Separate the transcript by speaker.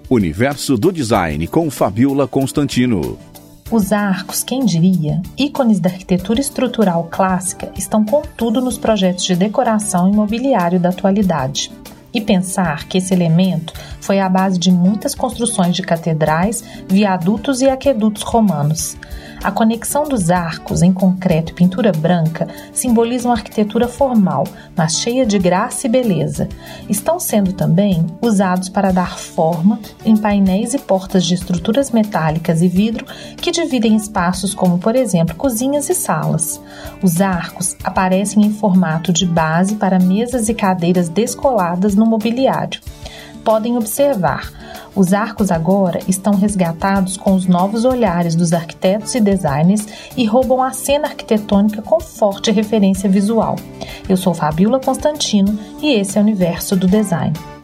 Speaker 1: Universo do Design com Fabiola Constantino.
Speaker 2: Os arcos, quem diria, ícones da arquitetura estrutural clássica, estão contudo nos projetos de decoração e mobiliário da atualidade. E pensar que esse elemento foi a base de muitas construções de catedrais, viadutos e aquedutos romanos. A conexão dos arcos em concreto e pintura branca simboliza uma arquitetura formal, mas cheia de graça e beleza. Estão sendo também usados para dar forma em painéis e portas de estruturas metálicas e vidro que dividem espaços como, por exemplo, cozinhas e salas. Os arcos aparecem em formato de base para mesas e cadeiras descoladas no mobiliário. Podem observar, os arcos agora estão resgatados com os novos olhares dos arquitetos e designers e roubam a cena arquitetônica com forte referência visual. Eu sou Fabiola Constantino e esse é o Universo do Design.